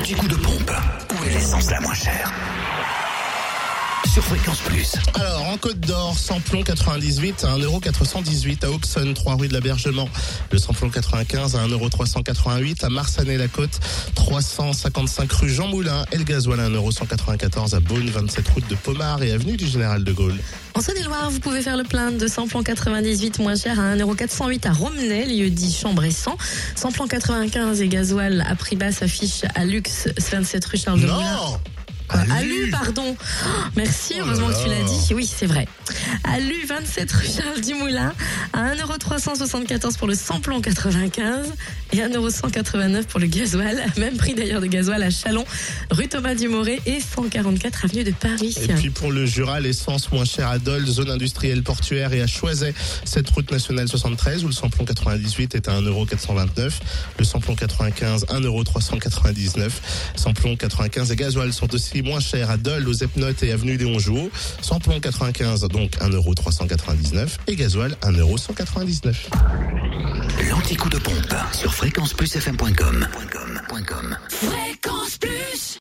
L'anti-coup de pompe. Où est l'essence la moins chère? Sur Fréquence Plus. Alors, en Côte d'Or, samplon 98 à 1,418 € à Auxonne, 3 rue de l'Abergement. Le samplon 95 à 1,388 € à Marsanais-la-Côte, 355 rue Jean Moulin. Et le gasoil à 1,194 € à Beaune, 27 route de Pomard et avenue du Général de Gaulle. En Saône-et-Loire, vous pouvez faire le plein de samplon 98 moins cher à 1,408 € à Romney, lieu dit Chambressan. Samplon 95 et gasoil à prix bas s'affiche à Luxe, 27 rue Charles de Moulin. Non! Alu, pardon. Oh, merci, heureusement que tu l'as dit. Oui, c'est vrai. Alu, 27 rue Charles du Moulin, à 1,374 € pour le samplon 95 et 1,189 € pour le gasoil. Même prix d'ailleurs de gasoil à Chalon, rue Thomas Dumoré et 144 avenue de Paris. Et puis pour le Jura, l'essence moins chère à Dole, zone industrielle portuaire, et à Choiset, cette route nationale 73 où le samplon 98 est à 1,429 €, le samplon 95 1,399 €, samplon 95 et gasoil sont aussi moins chers à Dole, aux Epnotes et avenue Léon Jouot, samplon 95 donc 1,399 € et gasoil 1,199 €. L'anti-coup de pompe sur fréquenceplusfm.com. Fréquence Plus.